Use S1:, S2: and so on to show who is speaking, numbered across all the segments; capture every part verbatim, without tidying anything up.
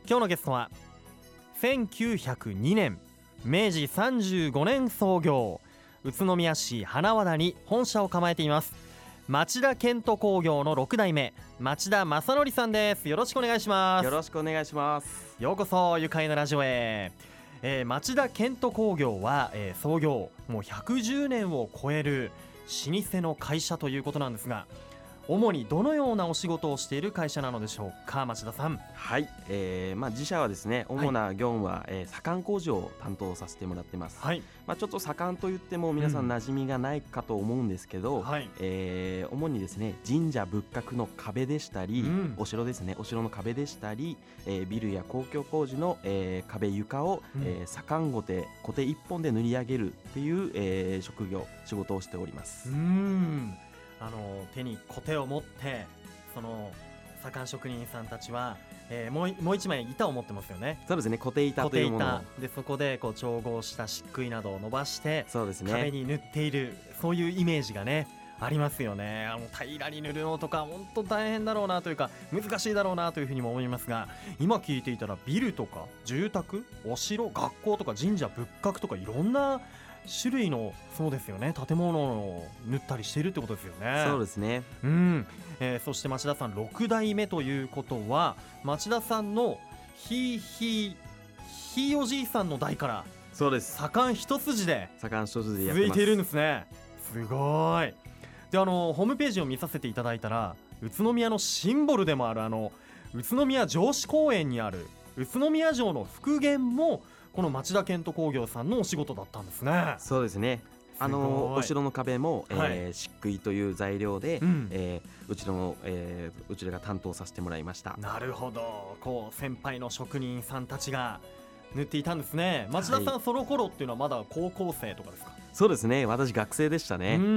S1: 今日のゲストはせんきゅうひゃくにねんめいじさんじゅうごねん創業、宇都宮市花和田に本社を構えています町田健人工業のろく代目町田正則さんです。よろしくお願いします。
S2: よろしくお願いします。
S1: ようこそ愉快なラジオへ。えー、町田健人工業は、えー、創業もうひゃくじゅうねんを超える老舗の会社ということなんですが、主にどのようなお仕事をしている会社なのでしょうか。町田さん。
S2: はい、えーまあ、自社はですね、主な業務は、えー、左官工事を担当させてもらってます。
S1: はい、
S2: まあ、ちょっと左官といっても皆さん馴染みがないかと思うんですけど、
S1: うん、はい、
S2: えー主にですね神社仏閣の壁でしたり、うん、お城ですねお城の壁でしたり、えー、ビルや公共工事の、えー、壁床を、うん、えー、左官ゴテコテ一本で塗り上げるっていう、えー、職業仕事をしております。
S1: うーんあの手にコテを持ってその左官職人さんたちは、えー、もう、もう一枚板を持ってますよね。
S2: そうですね、コテ板というもの
S1: コテ板で、そこでこう調合した漆喰などを伸ばして、
S2: そうですね、
S1: 壁に塗っている、そういうイメージがねありますよね。あの平らに塗るのとか本当大変だろうなというか難しいだろうなというふうにも思いますが、今聞いていたらビルとか住宅、お城、学校とか神社仏閣とかいろんな種類の、そうですよね、建物を塗ったりしているってことですよね。
S2: そうですね、
S1: うん、えー、そして町田さんろく代目ということは、町田さんのひいひいひいおじいさんの代から
S2: そうです、
S1: 左官一筋で
S2: 左官一筋でやってます。
S1: 続いているんですね。すごい。で、あのホームページを見させていただいたら、宇都宮のシンボルでもあるあの宇都宮城址公園にある宇都宮城の復元もこの町田健人工業さんのお仕事だったんですね。
S2: そうですね、あのお城の壁も、えー
S1: はい、
S2: 漆喰という材料で、うん、えー、うちの、えー、うちらが担当させてもらいました。
S1: なるほど、こう先輩の職人さんたちが塗っていたんですね。町田さん、はい、その頃っていうのはまだ高校生とかですか。
S2: そうですね、私学生でしたね。
S1: うん、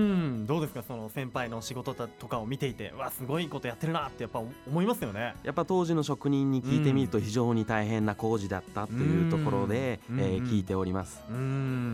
S1: どうですか、その先輩の仕事とかを見ていて、わ、すごいことやってるなってやっぱ思いますよね。
S2: やっぱ当時の職人に聞いてみると非常に大変な工事だったというところで、えー、聞いております。
S1: うん、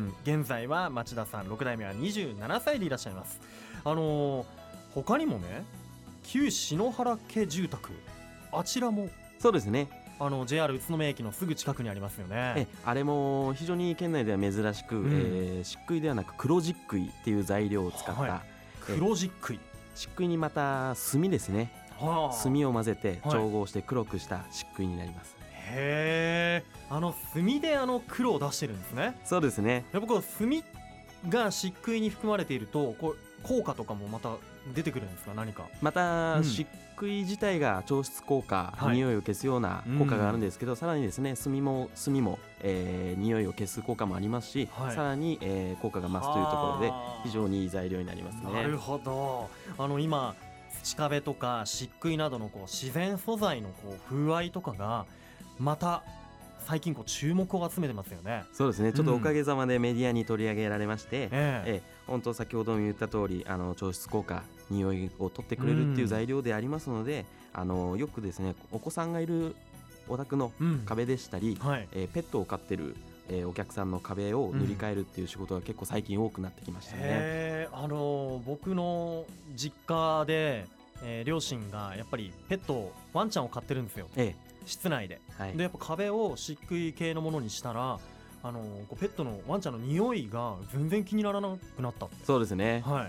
S1: 現在は町田さんろく代目はにじゅうななさいでいらっしゃいます。あのー、他にもね、旧篠原家住宅、あちらも
S2: そうですね、
S1: あの ジェイアール 宇都宮駅のすぐ近くにありますよね。
S2: えあれも非常に県内では珍しく、うん、えー、漆喰ではなく黒漆喰っていう材料を使った、はい、
S1: 黒漆喰、
S2: 漆喰にまた炭ですね、はあ、炭を混ぜて調合して黒くした漆喰になります。
S1: はい、へー、あの炭であの黒を出してるんですね。
S2: そうですね、
S1: やっぱこう炭が漆喰に含まれているとこう効果とかもまた出てくるんですか。何か
S2: また、うん、漆喰自体が調湿効果、はい、匂いを消すような効果があるんですけど、うん、さらにですね炭も炭も、えー、匂いを消す効果もありますし、はい、さらに、えー、効果が増すというところで非常にいい材料になりますね。
S1: なるほど。あの今土壁とか漆喰などのこう自然素材のこう風合いとかがまた最近こう注目を集めてますよね。
S2: そうですね、ちょっとおかげさまでメディアに取り上げられまして、うん、え
S1: え
S2: え本当先ほども言った通り、あの調湿効果、匂いを取ってくれるっていう材料でありますので、うん、あのよくですねお子さんがいるお宅の壁でしたり、うん、はい、えー、ペットを飼ってる、えー、お客さんの壁を塗り替えるっていう仕事が結構最近多くなってきましたね。
S1: へー、あの僕の実家で、えー、両親がやっぱりペットワンちゃんを飼ってるんですよ、ええ室内で、はい、でやっぱ壁を漆喰系のものにしたら、あのこうペットのワンちゃんの匂いが全然気にならなくなったって、
S2: そうですね、
S1: はい、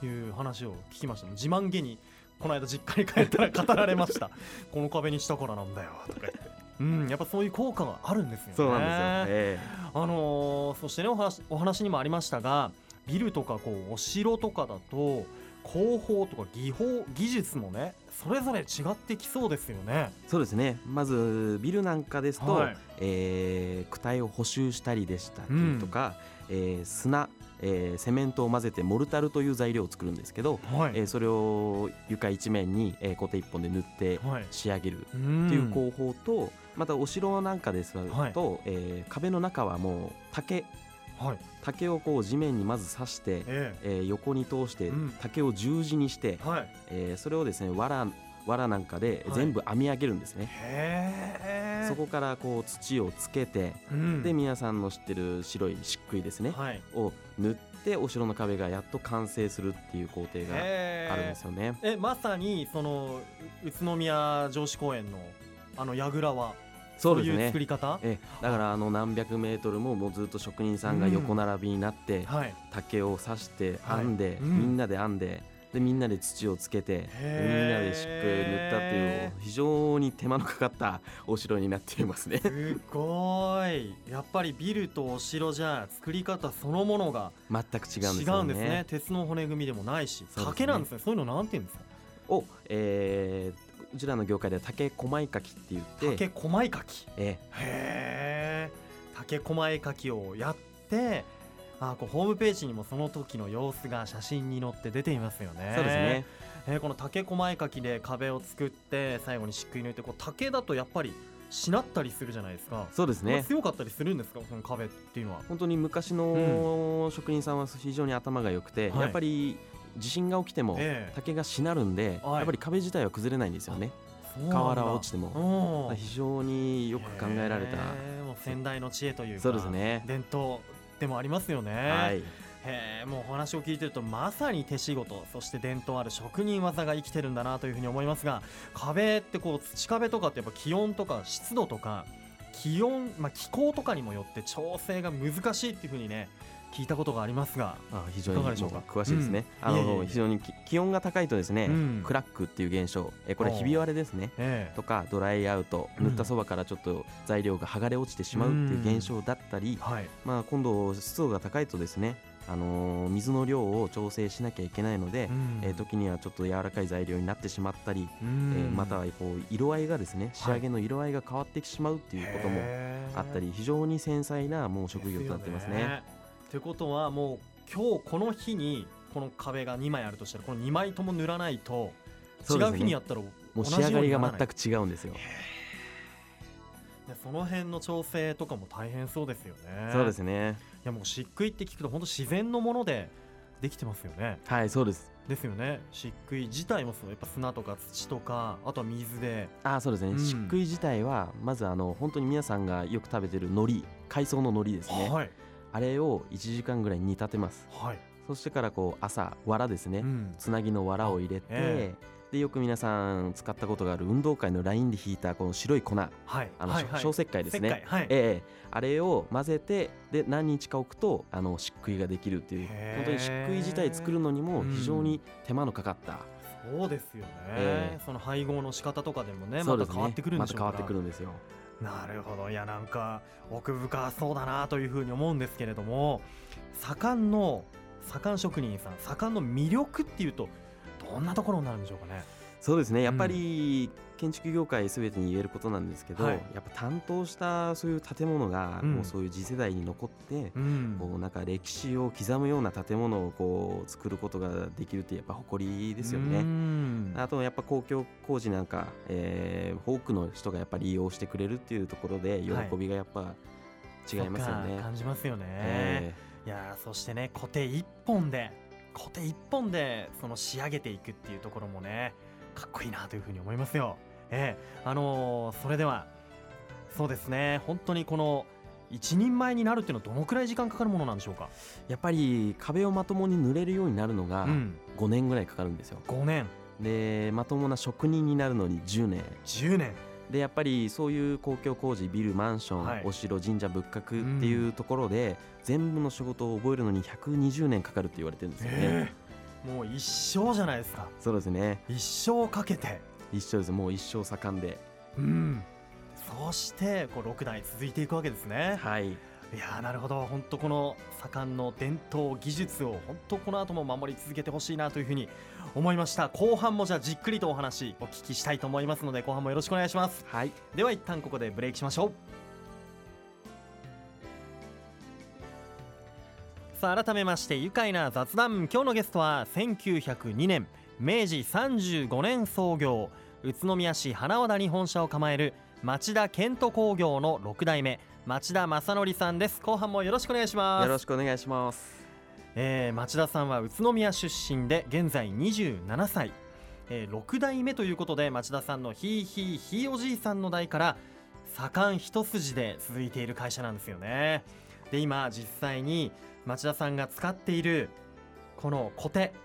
S1: いう話を聞きました。自慢げにこの間実家に帰ったら語られましたこの壁にしたからなんだよとか言ってうん、やっぱそういう効果があるんですよね。
S2: そうなんですよ、え
S1: ーあのー、そしてねお話、お話にもありましたが、ビルとかこうお城とかだと工法とか技法技術もねそれぞれ違ってきそうですよね。
S2: そうですね、まずビルなんかですと、
S1: はい、
S2: えー、躯体を補修したりでしたりとか、うん、えー、砂、えー、セメントを混ぜてモルタルという材料を作るんですけど、はい、えー、それを床一面に、えー、コテ一本で塗って仕上げるという工法と、はい、またお城なんかですと、はい、えー、壁の中はもう竹はい、竹をこう地面にまず刺して、えええー、横に通して竹を十字にして、うん、えー、それをですね藁藁なんかで全部編み上げるんですね、はい、そこからこう土をつけて、うん、で皆さんの知ってる白い漆喰ですね、はい、を塗ってお城の壁がやっと完成するっていう工程があるんですよね。
S1: えまさにその宇都宮城址公園のあの櫓は
S2: そうですね、
S1: そういう作り方。
S2: えだからあの何百メートルももうずっと職人さんが横並びになって、うん、はい、竹を刺して編んで、はい、うん、みんなで編んで、でみんなで土をつけて、みんなで漆喰塗ったっていう非常に手間のかかったお城になっていますね。
S1: すごい。やっぱりビルとお城じゃ作り方そのものが
S2: 全く違うんですよね。
S1: 違うんですね。鉄の骨組みでもないし、竹なんですね。そういうのなんて言うんですか。
S2: お、えー、うちらの業界では竹小前かきって言って、
S1: 竹小前かき、
S2: え
S1: え、へー、竹小前かきをやって、あ、こうホームページにもその時の様子が写真に載って出ていますよね。
S2: そうですね、
S1: えー、この竹小前かきで壁を作って最後に漆喰抜いて、こう竹だとやっぱりしなったりするじゃないですか。
S2: そうですね、
S1: 強かったりするんですか、この壁っていうのは。
S2: 本当に昔の職人さんは非常に頭が良くて、うん、やっぱり地震が起きても竹がしなるんで、えー、やっぱり壁自体は崩れないんですよね。瓦は落ちても非常によく考えられた、
S1: えー、もう先代の知恵というか、
S2: そうですね、
S1: 伝統でもありますよね。
S2: はい、
S1: へー、もうお話を聞いてるとまさに手仕事、そして伝統ある職人技が生きてるんだなというふうに思いますが、壁ってこう土壁とかってやっぱ気温とか湿度とか気温、まあ、気候とかにもよって調整が難しいっていうふうにね聞いたことがありますが、
S2: あ、非常に詳しいですね。うん、あのいえいえ、非常に気温が高いとですね、うん、クラックっていう現象、えこれひび割れですね、ええ、とかドライアウト、塗ったそばからちょっと材料が剥がれ落ちてしまうっていう現象だったり、うん、はい、まあ、今度湿度が高いとですね、あのー、水の量を調整しなきゃいけないので、うん、えー、時にはちょっと柔らかい材料になってしまったり、うん、えー、またはこう色合いがですね、仕上げの色合いが変わってしまうっていうこともあったり、非常に繊細なもう職業となってますね。
S1: ってことはもう今日この日にこの壁がにまいあるとしたら、このにまいとも塗らないと違う日にやったら
S2: もう仕上がりが全く違うんですよ。
S1: その辺の調整とかも大変そうですよね。
S2: そうですね。
S1: いや、もう漆喰って聞くと本当自然のものでできてますよね。
S2: はい、そうです。
S1: ですよね。漆喰自体もそう、やっぱ砂とか土とか、あとは水で。
S2: あ、そうですね、うん、漆喰自体はまずあの本当に皆さんがよく食べてる海苔、海藻の海苔ですね、はい、あれをいちじかんぐらい煮立てます、はい、そしてからこう朝藁ですね、うん、つなぎの藁を入れて、えー、でよく皆さん使ったことがある運動会のラインで引いたこの白い粉、はい、あの、はいはい、小石灰ですね、はい、えー、あれを混ぜて、で何日か置くとあの漆喰ができるっていう、本当に漆喰自体作るのにも非常に手間のかかった、
S1: うん、そうですよね、えー、その配合の仕方とかでもね、また変わってくるんでしょうから。
S2: また変わってくるんですよ。
S1: なるほど。いや、なんか奥深そうだなというふうに思うんですけれども、左官の左官職人さん、左官の魅力っていうとどんなところになるんでしょうかね。
S2: そうですね、やっぱり建築業界すべてに言えることなんですけど、はい、やっぱ担当したそういう建物がもうそういう次世代に残って、うん、こうなんか歴史を刻むような建物をこう作ることができるってやっぱ誇りですよね。うん、あとやっぱ公共工事なんか、えー、多くの人がやっぱり利用してくれるっていうところで喜びがやっぱ違いますよね。
S1: はい、感じますよね、えー、いや、そしてね、コテ一本でコテ一本でその仕上げていくっていうところもね、かっこいいなというふうに思いますよ。えー、あのー、それではそうですね、本当にこの一人前になるっていうのはどのくらい時間かかるものなんでしょうか。
S2: やっぱり壁をまともに塗れるようになるのがごねんぐらいかかるんですよ、
S1: うん、ごねん
S2: で、まともな職人になるのにじゅうねん
S1: じゅうねん
S2: で、やっぱりそういう公共工事、ビル、マンション、はい、お城、神社、仏閣っていうところで、うん、全部の仕事を覚えるのにひゃくにじゅうねんかかるって言われてるんですよね、え
S1: ー、もう一生じゃないですか。
S2: そうですね、
S1: 一生かけて。
S2: 一生です、もう一生盛んで、
S1: うん、そしてこうろくだい続いていくわけですね。
S2: はい。
S1: いやー、なるほど。本当この盛んの伝統技術を本当この後も守り続けてほしいなというふうに思いました。後半もじゃあじっくりとお話お聞きしたいと思いますので、後半もよろしくお願いします。
S2: はい。
S1: では一旦ここでブレイクしましょう。さあ、改めまして愉快な雑談、今日のゲストはせんきゅうひゃくにねんめいじさんじゅうごねん創業、宇都宮市花和田に本社を構える町田建都工業のろくだいめ、町田正則さんです。後半もよろしくお願いします。
S2: よろしくお願いします。
S1: えー、町田さんは宇都宮出身で現在にじゅうななさい、えー、ろくだいめということで、町田さんのひいひいひいおじいさんの代から左官一筋で続いている会社なんですよね。で、今実際に町田さんが使っているこのコテ、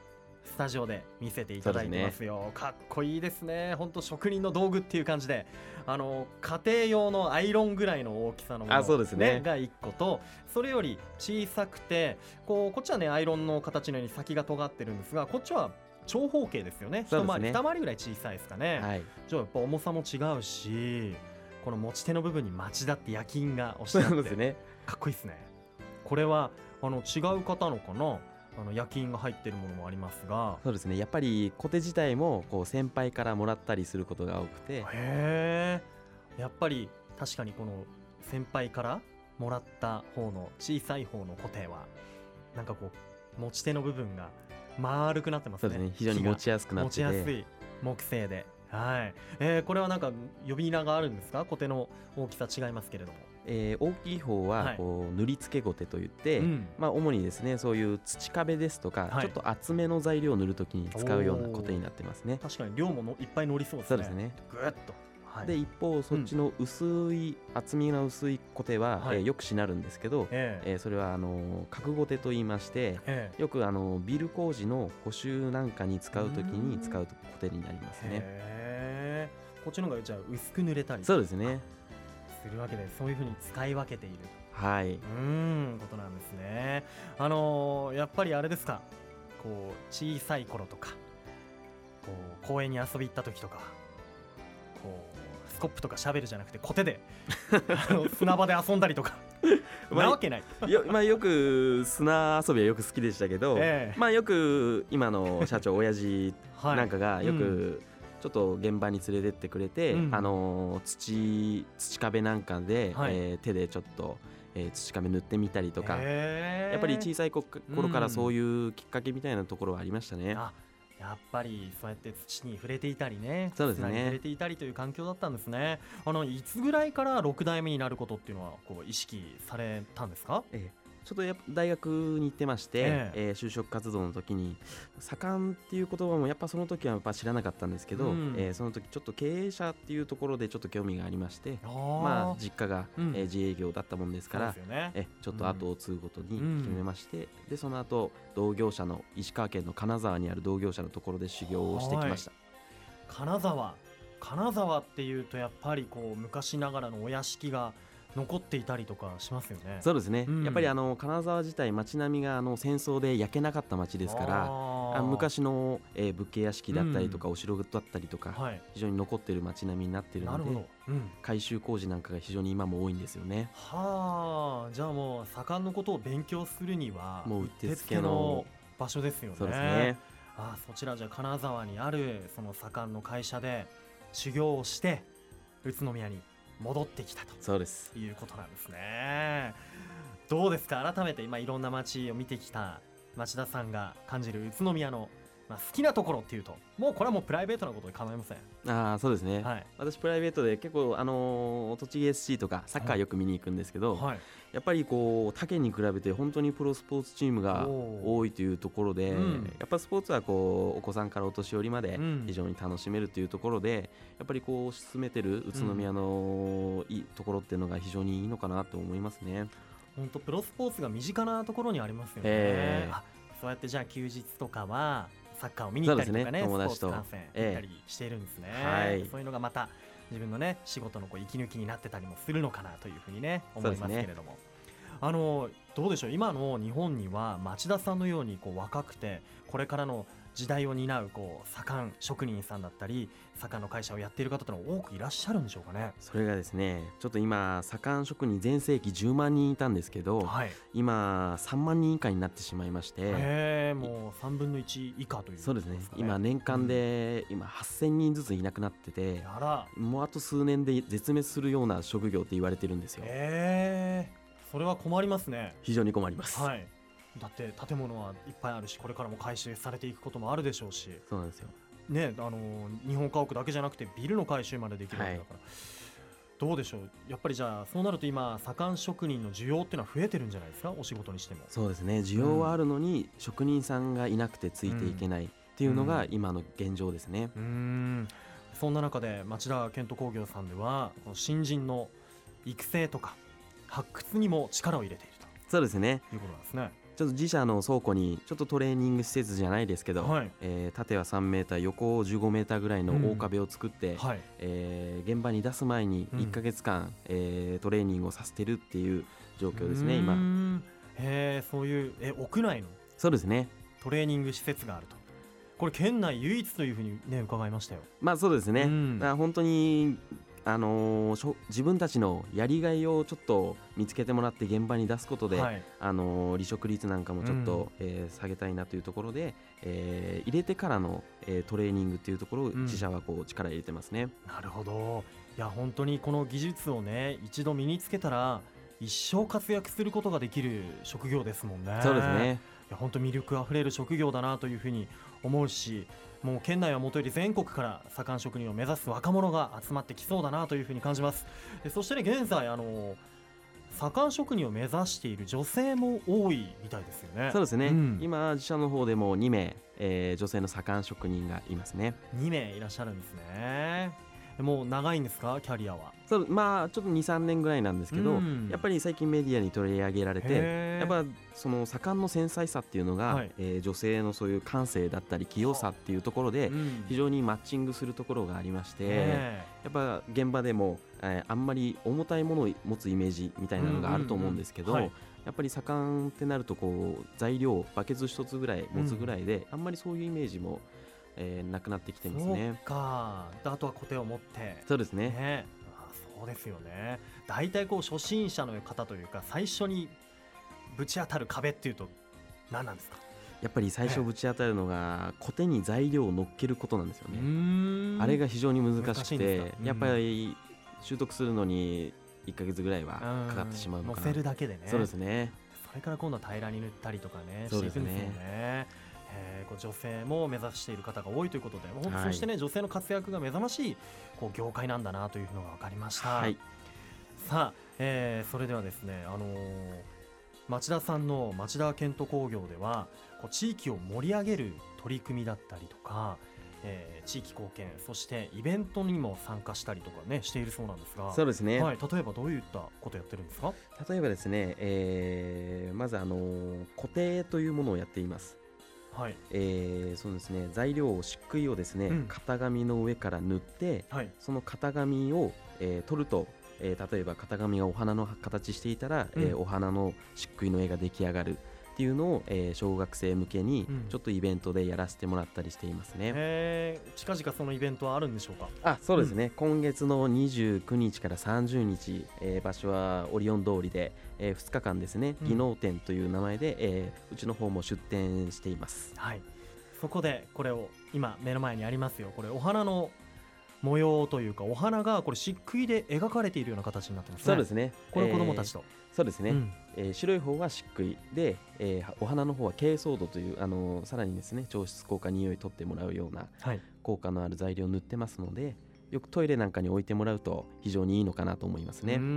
S1: スタジオで見せていただいてますよ。かっこいいですね。本当職人の道具っていう感じで、あの家庭用のアイロンぐらいの大きさのもの、ね、
S2: あそうですね
S1: がいっこと、それより小さくて、こうこっちはねアイロンの形のように先が尖ってるんですが、こっちは長方形ですよね。
S2: そうですね、
S1: 一回り二回りぐらい小さいですかね、はい、じゃあやっぱ重さも違うし、この持ち手の部分に町田って焼き印が押してあって、そうですね、かっこいいですね。これはあの違う方のかな、あの焼き印が入ってるものもありますが。
S2: そうですね、やっぱりコテ自体もこう先輩からもらったりすることが多くて、
S1: へえ、やっぱり確かにこの先輩からもらった方の小さい方のコテはなんかこう持ち手の部分が丸くなってますね。
S2: そうですね、非常に持ちやすくなってて、
S1: 持ちやすい木製で、はい、えー、これはなんか呼び名があるんですか？コテの大きさ違いますけれども。
S2: えー、大きい方はこう塗り付けゴテといって、はい、まあ、主にですねそういう土壁ですとか、はい、ちょっと厚めの材料を塗るときに使うようなコテになってますね。
S1: 確かに量ものいっぱい乗りそうですね。
S2: そうですね、
S1: ぐっと、はい、
S2: で一方そっちの薄い、うん、厚みの薄いコテは、はい、えー、よくしなるんですけど、えーえー、それはあの角ゴテと言いまして、えー、よくあのビル工事の補修なんかに使うときに使うコテになりますね。
S1: へー、こっちの方がじゃあ薄く塗れたり
S2: そうですね
S1: するわけで、そういう風に使い分けている、
S2: はい、
S1: うーんことなんですね。あのー、やっぱりあれですか、こう小さい頃とかこう公園に遊び行った時とか、こうスコップとかシャベルじゃなくてコテであの砂場で遊んだりとかなわけない
S2: よ、まあ、よく砂遊びはよく好きでしたけど、えーまあ、よく今の社長親父なんかがよく、はい、うんちょっと現場に連れてってくれて、うん、あの 土, 土壁なんかで、はい、えー、手でちょっと、えー、土壁塗ってみたりとか、やっぱり小さい頃からそういうきっかけみたいなところはありましたね、うん、あ
S1: やっぱりそうやって土に触れていたりね、
S2: そうですね、
S1: 砂に触れていたりという環境だったんですね。あのいつぐらいからろく代目になることっていうのはこう意識されたんですか？
S2: ええちょっとやっぱ大学に行ってまして、えええー、就職活動の時に左官っていう言葉もやっぱその時はやっぱ知らなかったんですけど、うん、えー、その時ちょっと経営者っていうところでちょっと興味がありまして、まあ、実家が、うん、えー、自営業だったもんですから、ね、えちょっと後を継ぐことに決めまして、うん、でその後同業者の石川県の金沢にある同業者のところで修行をしてきました。
S1: 金沢金沢っていうとやっぱりこう昔ながらのお屋敷が残っていたりとかしますよね。
S2: そうですね、うん、やっぱりあの金沢自体街並みがあの戦争で焼けなかった街ですから、あ昔の、えー、武家屋敷だったりとか、うん、お城だったりとか、はい、非常に残っている街並みになっているので、うん、改修工事なんかが非常に今も多いんですよね。
S1: はあ、じゃあもう左官のことを勉強するにはもううってつけの場所ですよね。
S2: そうですね。
S1: あそちらじゃあ金沢にあるその左官の会社で修行をして宇都宮に戻ってきたと
S2: そうです
S1: いうことなんですね。どうですか、改めて今いろんな街を見てきた町田さんが感じる宇都宮の、まあ、好きなところっていうと、もうこれはもうプライベートなことで構いません。
S2: ああそうですね、はい、私プライベートで結構、あのー、栃木 エスシー とかサッカーよく見に行くんですけど、はい、やっぱりこう他県に比べて本当にプロスポーツチームが多いというところで、うん、やっぱスポーツはこうお子さんからお年寄りまで非常に楽しめるというところで、やっぱりこう進めてる宇都宮のいいところっていうのが非常にいいのかなと思いますね。
S1: 本当プロスポーツが身近なところにありますよね、えー、あそうやってじゃあ休日とかはサッカーを見に行ったりとか ね, ね友達とスポーツ観戦行ったりしているんですね、えーはい、そういうのがまた自分のね仕事のこう息抜きになってたりもするのかなというふうにね思いますけれども、ね、あのどうでしょう、今の日本には町田さんのようにこう若くてこれからの時代を担うこう左官職人さんだったり左官の会社をやっている方というのは多くいらっしゃるんでしょうかね。
S2: それがですね、ちょっと今左官職人全盛期じゅうまんにんいたんですけど、はい、今さんまんにん以下になってしまいまして、
S1: へー、もうさんぶんのいち以下という、ね、
S2: そうですね、今年間で今はっせんにんずついなくなってて、あらもうあと数年で絶滅するような職業って言われてるんですよ。
S1: へー、それは困りますね。
S2: 非常に困ります、
S1: はい、だって建物はいっぱいあるしこれからも改修されていくこともあるでしょうし。
S2: そうなんですよ
S1: ね、あの日本家屋だけじゃなくてビルの改修までできるわけだから、はい、どうでしょう、やっぱりじゃあそうなると今左官職人の需要っていうのは増えてるんじゃないですか、お仕事にしても。
S2: そうですね、需要はあるのに、うん、職人さんがいなくてついていけないっていうのが今の現状ですね、
S1: うんうん、そんな中で町田健人工業さんではこの新人の育成とか発掘にも力を入れていると。
S2: そうですね、
S1: いうことなんですね。
S2: ちょっと自社の倉庫にちょっとトレーニング施設じゃないですけど、はい、えー、縦はさんメーター横じゅうごメーターぐらいの大壁を作って、うん、はい、えー、現場に出す前にいっかげつかん、うん、えー、トレーニングをさせてるっていう状況ですね今。
S1: へー、そういうえ屋内の
S2: そうですね
S1: トレーニング施設があると。これ県内唯一というふうにね伺いましたよ。
S2: まあそうですね、うん、だから本当にあのー、自分たちのやりがいをちょっと見つけてもらって現場に出すことで、はい、あのー、離職率なんかもちょっと、うん、えー、下げたいなというところで、えー、入れてからの、えー、トレーニングというところを自社はこう力入れてますね、
S1: うん、なるほど。いや本当にこの技術をね一度身につけたら一生活躍することができる職業ですもんね。
S2: そうですね。
S1: いや本当魅力あふれる職業だなというふうに思うし、もう県内はもとより全国から左官職人を目指す若者が集まってきそうだなというふうに感じます。そしてね現在あの左官職人を目指している女性も多いみたいですよね。
S2: そうですね、うん、今自社の方でもにめい、えー、女性の左官職人がいますね。
S1: にめいいらっしゃるんですね。もう長いんですかキャリアは。
S2: そうまあちょっと にさんねんぐらいなんですけど、うん、やっぱり最近メディアに取り上げられてやっぱその左官の繊細さっていうのが、はい、えー、女性のそういう感性だったり器用さっていうところで非常にマッチングするところがありまして、やっぱ現場でも、えー、あんまり重たいものを持つイメージみたいなのがあると思うんですけど、やっぱり左官ってなるとこう材料バケツ一つぐらい持つぐらいで、うん、あんまりそういうイメージもえー、なくなってきてますね。
S1: そうか、あとはコテを持って。
S2: そうですね。
S1: ね、あ、そうですよね。だいたいこう初心者の方というか最初にぶち当たる壁っていうと何なんですか。
S2: やっぱり最初ぶち当たるのがコテに材料を乗っけることなんですよね。うーん、あれが非常に難しくて、やっぱり習得するのにいっかげつぐらいはかかってしまうのかな。
S1: 乗せるだけでね。
S2: そうですね。
S1: それから今度は平らに塗ったりとかねしていくんですよね。えー、こう女性も目指している方が多いということで、はい、そしてね女性の活躍が目覚ましいこう業界なんだなというのが分かりました。はい、さあ、えー、それではですね、あのー、町田さんの町田ケント工業ではこう地域を盛り上げる取り組みだったりとか、えー、地域貢献そしてイベントにも参加したりとかねしているそうなんですが。
S2: そうですね、
S1: はい、例えばどういったことやってるんですか。
S2: 例えばですね、えー、まずあのー、固定というものをやっています。はい、えー、そうですね、材料を漆喰をですね、うん、型紙の上から塗って、はい、その型紙を、えー、取ると、えー、例えば型紙がお花の形していたら、うん、えー、お花の漆喰の絵が出来上がるっていうのを、えー、小学生向けにちょっとイベントでやらせてもらったりしていますね。うん、
S1: へー、近々そのイベントはあるんでしょうか。
S2: あ、そうですね、うん、今月のにじゅうくにちからさんじゅうにち、えー、場所はオリオン通りで、えー、ふつかかんですね、技能展という名前で、えー、うちの方も出展しています。
S1: はい、そこでこれを今目の前にありますよ。これお花の模様というかお花がこれ漆喰で描かれているような形になってますね。
S2: そうですね、
S1: この子供たちと、
S2: えー、そうですね、うん、えー、白い方は漆喰で、えー、お花の方は珪藻土という、あのー、さらにですね調湿効果匂い取ってもらうような効果のある材料を塗ってますので、はい、よくトイレなんかに置いてもらうと非常にいいのかなと思いますね。
S1: うん、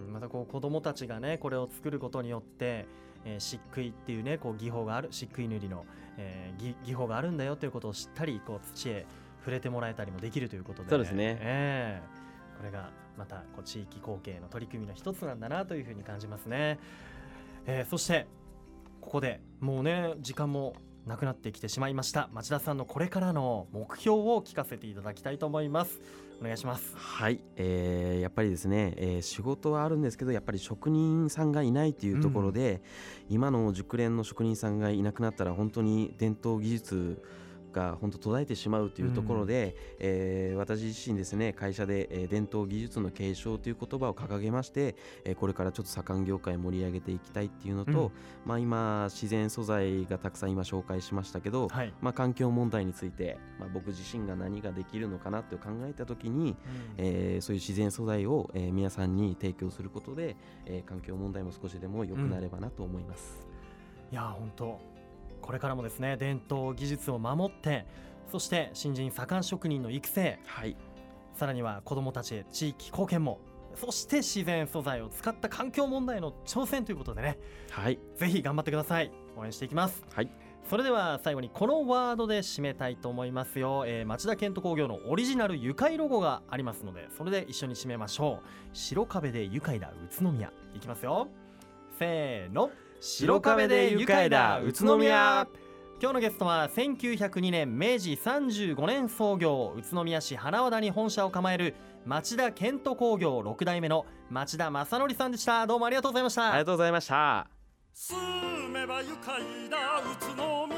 S1: またこう子どもたちがねこれを作ることによって、えー、漆喰っていうねこう技法がある、漆喰塗りの、えー、技, 技法があるんだよということを知ったり、こう土へ触れてもらえたりもできるということで、
S2: そうですね、
S1: えー、これがまたこう地域貢献の取り組みの一つなんだなというふうに感じますね。えー、そしてここでもうね時間もなくなってきてしまいました。町田さんのこれからの目標を聞かせていただきたいと思います。お願いします。
S2: はい、えー、やっぱりですね、えー、仕事はあるんですけどやっぱり職人さんがいないというところで、うん、今の熟練の職人さんがいなくなったら本当に伝統技術が本当途絶えてしまうというところで、うん、えー、私自身ですね会社で、えー、伝統技術の継承という言葉を掲げまして、えー、これからちょっと左官業界を盛り上げていきたいっていうのと、うん、まあ、今自然素材がたくさん今紹介しましたけど、はい、まあ、環境問題について、まあ、僕自身が何ができるのかなと考えた時に、うん、えー、そういう自然素材を、えー、皆さんに提供することで、えー、環境問題も少しでも良くなればなと思います。
S1: うん、いや本当これからもですね伝統技術を守って、そして新人左官職人の育成、はい、さらには子どもたちへ地域貢献も、そして自然素材を使った環境問題の挑戦ということでね、はい、ぜひ頑張ってください。応援していきます。はい、それでは最後にこのワードで締めたいと思いますよ。えー、町田ケント工業のオリジナル愉快ロゴがありますので、それで一緒に締めましょう。白壁で愉快な宇都宮、いきますよ。せーの、 白壁で愉快だ宇都宮。今日のゲストはせんきゅうひゃくにねん明治さんじゅうごねん創業、宇都宮市花和田に本社を構える町田健人工業ろく代目の町田正則さんでした。どうもありがとうございました。
S2: ありがとうございました。
S3: 住めば愉快だ宇都宮。